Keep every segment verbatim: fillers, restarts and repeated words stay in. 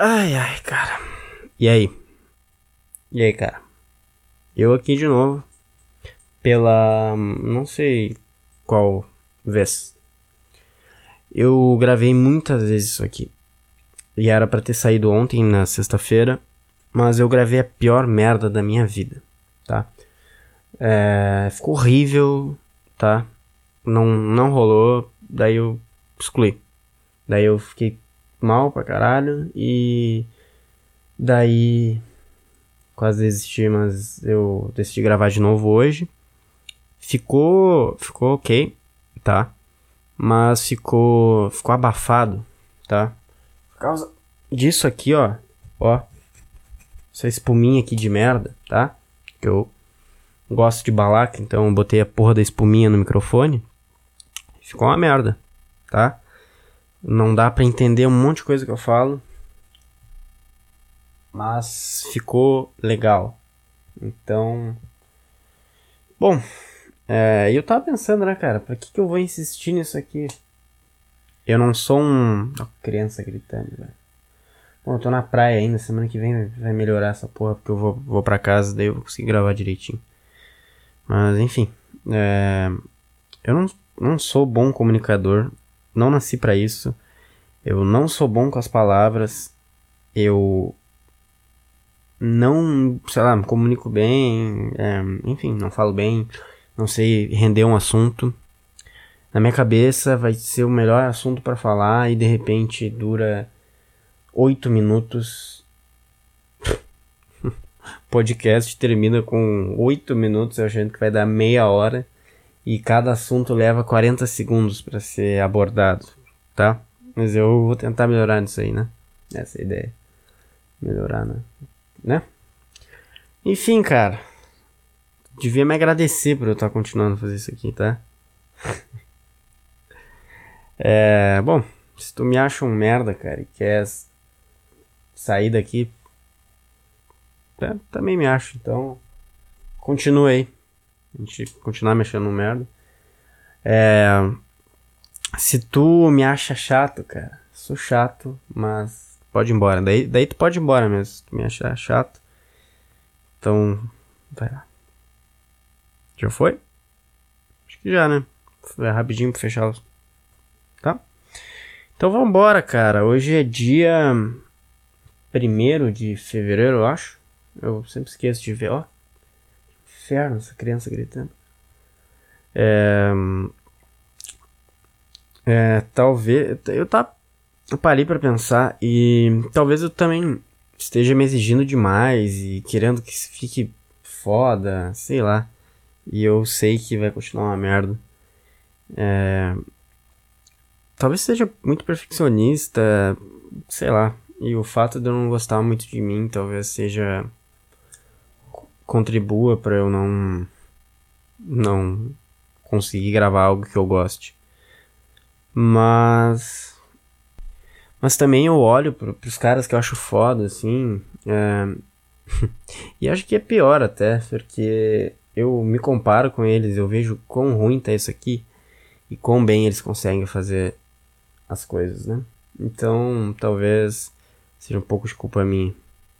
Ai, ai, cara. E aí? E aí, cara? Eu aqui de novo. Pela... não sei qual vez. Eu gravei muitas vezes isso aqui. E era pra ter saído ontem, na sexta-feira. Mas eu gravei a pior merda da minha vida, tá? É... Ficou horrível, tá? Não, não rolou. Daí eu excluí. Daí eu fiquei mal pra caralho. E... daí... quase desisti, mas eu decidi gravar de novo hoje. Ficou, ficou ok, tá? Mas ficou, ficou abafado, tá? Por causa disso aqui, ó, ó, essa espuminha aqui de merda, tá? Que eu gosto de balaca, então eu botei a porra da espuminha no microfone. Ficou uma merda, tá? Não dá pra entender um monte de coisa que eu falo. Mas ficou legal. Então... bom, é, eu tava pensando, né, cara? Pra que que eu vou insistir nisso aqui? Eu não sou um... Ó, criança gritando, velho. Bom, eu tô na praia ainda. Semana que vem vai melhorar essa porra, porque eu vou, vou pra casa, daí eu vou conseguir gravar direitinho. Mas, enfim. É, eu não, não sou bom comunicador. Não nasci pra isso. Eu não sou bom com as palavras. Eu... não, sei lá, me comunico bem, é, enfim, não falo bem, não sei render um assunto. Na minha cabeça vai ser o melhor assunto pra falar e de repente dura oito minutos. Podcast termina com oito minutos, achando que vai dar meia hora e cada assunto leva quarenta segundos pra ser abordado, tá? Mas eu vou tentar melhorar nisso aí, né? Essa é a ideia. Melhorar, né? Né? Enfim, cara. Devia me agradecer por eu estar continuando a fazer isso aqui, tá? É... bom, se tu me acha um merda, cara, e quer sair daqui, é, também me acho. Então, continua aí. A gente continuar mexendo no merda. É... se tu me acha chato, cara, sou chato, mas pode ir embora. Daí, daí tu pode ir embora mesmo, se tu me achar chato. Então, vai lá. Já foi? Acho que já, né? Foi rapidinho pra fechar os... tá? Então vambora, cara. Hoje é dia primeiro de fevereiro, eu acho. Eu sempre esqueço de ver, ó. Inferno, essa criança gritando. É... É, talvez... Eu, tá, eu parei pra pensar e talvez eu também esteja me exigindo demais e querendo que fique foda, sei lá. E eu sei que vai continuar uma merda. É... talvez seja muito perfeccionista, sei lá. E o fato de eu não gostar muito de mim talvez seja... contribua pra eu não... não conseguir gravar algo que eu goste. Mas... mas também eu olho pro, pros caras que eu acho foda, assim... É... e acho que é pior até, porque eu me comparo com eles, eu vejo quão ruim tá isso aqui e quão bem eles conseguem fazer as coisas, né? Então, talvez seja um pouco de culpa minha.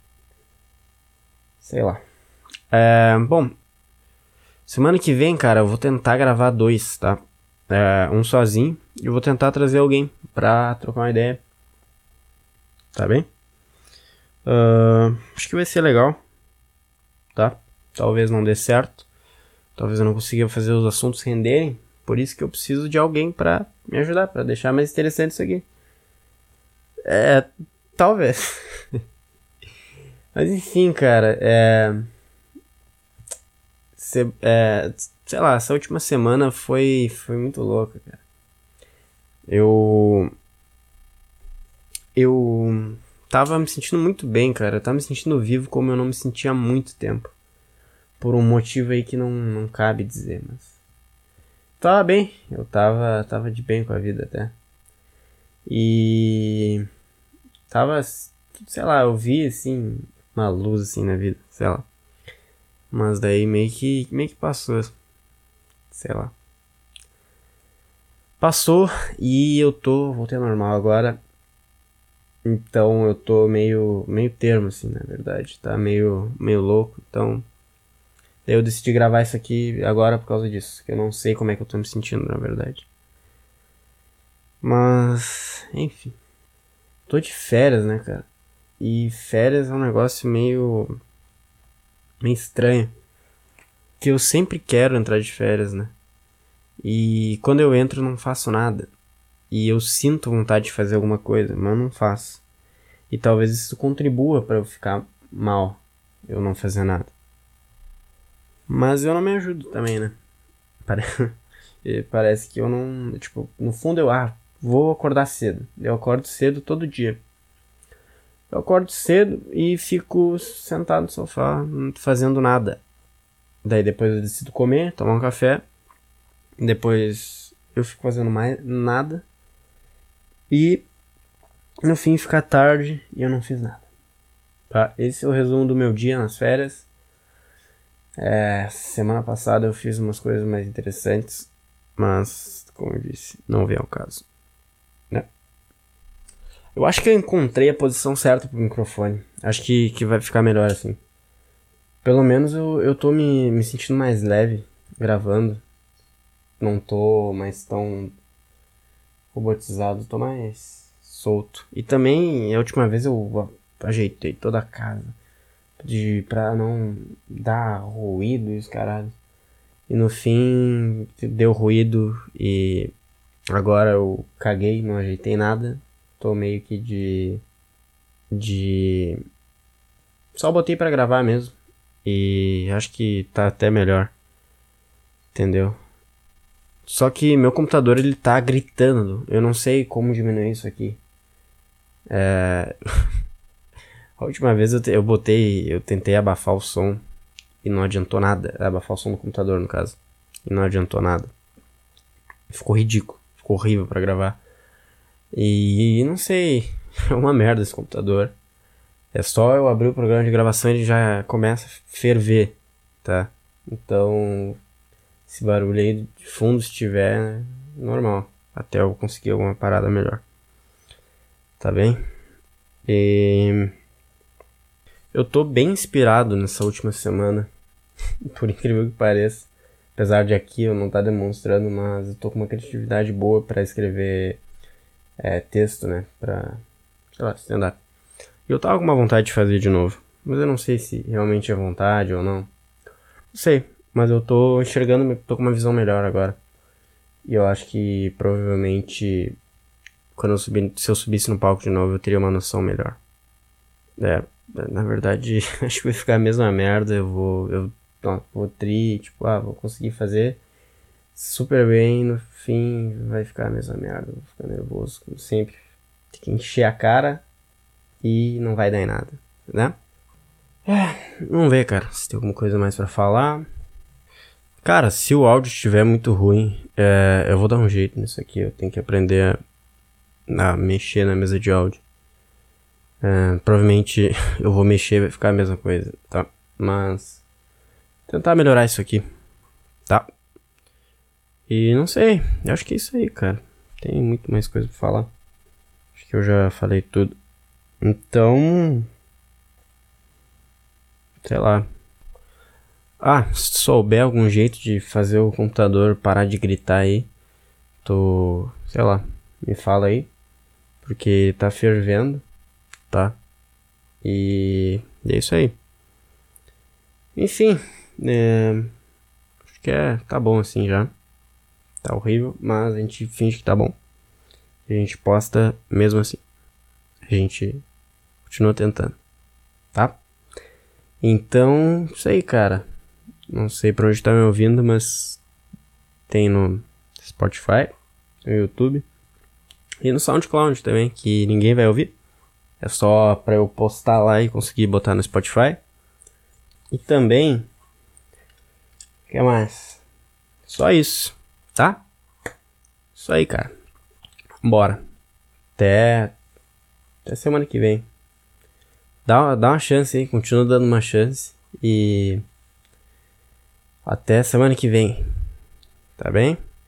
Sei lá. É, bom, semana que vem, cara, eu vou tentar gravar dois, tá? É, um sozinho e eu vou tentar trazer alguém pra trocar uma ideia. Tá bem? Uh, acho que vai ser legal, tá? Talvez não dê certo. Talvez eu não consiga fazer os assuntos renderem. Por isso que eu preciso de alguém pra me ajudar, pra deixar mais interessante isso aqui. É, talvez. Mas enfim, cara, é... Cê, é... sei lá, essa última semana foi, foi muito louca, cara. Eu... Eu... tava me sentindo muito bem, cara. Eu tava me sentindo vivo como eu não me sentia há muito tempo. Por um motivo aí que não, não cabe dizer, mas... tava bem, eu tava, tava de bem com a vida até. E... tava, sei lá, eu vi, assim, uma luz, assim, na vida, sei lá. Mas daí meio que, meio que passou, sei lá. Passou e eu tô, voltei ao normal agora. Então eu tô meio, meio termo, assim, na verdade. Tá meio, meio louco, então... Daí eu decidi gravar isso aqui agora por causa disso. Que eu não sei como é que eu tô me sentindo, na verdade. Mas, enfim. Tô de férias, né, cara? E férias é um negócio meio... meio estranho. Que eu sempre quero entrar de férias, né? E quando eu entro eu não faço nada. E eu sinto vontade de fazer alguma coisa, mas eu não faço. E talvez isso contribua pra eu ficar mal, eu não fazer nada. Mas eu não me ajudo também, né? Pare- Parece que eu não... Tipo, no fundo eu... Ah, vou acordar cedo. Eu acordo cedo todo dia. Eu acordo cedo e fico sentado no sofá, não fazendo nada. Daí depois eu decido comer, tomar um café. Depois eu fico fazendo mais nada. E no fim fica tarde e eu não fiz nada. Tá? Esse é o resumo do meu dia nas férias. É, semana passada eu fiz umas coisas mais interessantes. Mas, como eu disse, não vem ao caso. Né? Eu acho que eu encontrei a posição certa pro microfone. Acho que, que vai ficar melhor assim. Pelo menos eu, eu tô me, me sentindo mais leve gravando. Não tô mais tão robotizado, tô mais solto. E também, a última vez eu ajeitei toda a casa de, pra não dar ruído e os caralho. E no fim deu ruído e agora eu caguei, não ajeitei nada. Tô meio que de... de... Só botei pra gravar mesmo. E acho que tá até melhor. Entendeu? Só que meu computador ele tá gritando. Eu não sei como diminuir isso aqui. É... A última vez eu, te, eu botei... Eu tentei abafar o som. E não adiantou nada. Abafar o som do computador, no caso. E não adiantou nada. Ficou ridículo. Ficou horrível pra gravar. E não sei. É uma merda esse computador. É só eu abrir o programa de gravação e ele já começa a ferver. Tá? Então... Esse barulho aí de fundo, se tiver, normal. Até eu conseguir alguma parada melhor. Tá bem? E... Eu tô bem inspirado nessa última semana. Por incrível que pareça. Apesar de aqui eu não tá demonstrando, mas eu tô com uma criatividade boa pra escrever é, texto, né? Pra, sei lá, stand-up. E eu tava com uma vontade de fazer de novo. Mas eu não sei se realmente é vontade ou não. Não sei. Mas eu tô enxergando, tô com uma visão melhor agora. E eu acho que provavelmente quando eu subir, se eu subisse no palco de novo, eu teria uma noção melhor. É, na verdade, acho que vai ficar a mesma merda. Eu vou, eu ó, vou tri, tipo, ah, vou conseguir fazer super bem. No fim, vai ficar a mesma merda. Vou ficar nervoso, como sempre. Tem que encher a cara e não vai dar em nada, né? É, vamos ver, cara, se tem alguma coisa mais pra falar. Cara, se o áudio estiver muito ruim, é, eu vou dar um jeito nisso aqui. Eu tenho que aprender a, a mexer na mesa de áudio. É, provavelmente eu vou mexer e vai ficar a mesma coisa, tá? Mas tentar melhorar isso aqui, tá? E não sei, eu acho que é isso aí, cara. Tem muito mais coisa pra falar. Acho que eu já falei tudo. Então... Sei lá. Ah, se souber algum jeito de fazer o computador parar de gritar aí, tô, sei lá, me fala aí, porque tá fervendo, tá? E é isso aí. Enfim, é, acho que é, tá bom assim já. Tá horrível, mas a gente finge que tá bom. E a gente posta mesmo assim. A gente continua tentando, tá? Então, isso aí, cara. Não sei pra onde tá me ouvindo, mas tem no Spotify, no YouTube e no SoundCloud também, que ninguém vai ouvir. É só pra eu postar lá e conseguir botar no Spotify. E também... O que mais? Só isso, tá? Isso aí, cara. Bora. Até... Até semana que vem. Dá, dá uma chance aí, continua dando uma chance. E... Até semana que vem. Tá bem?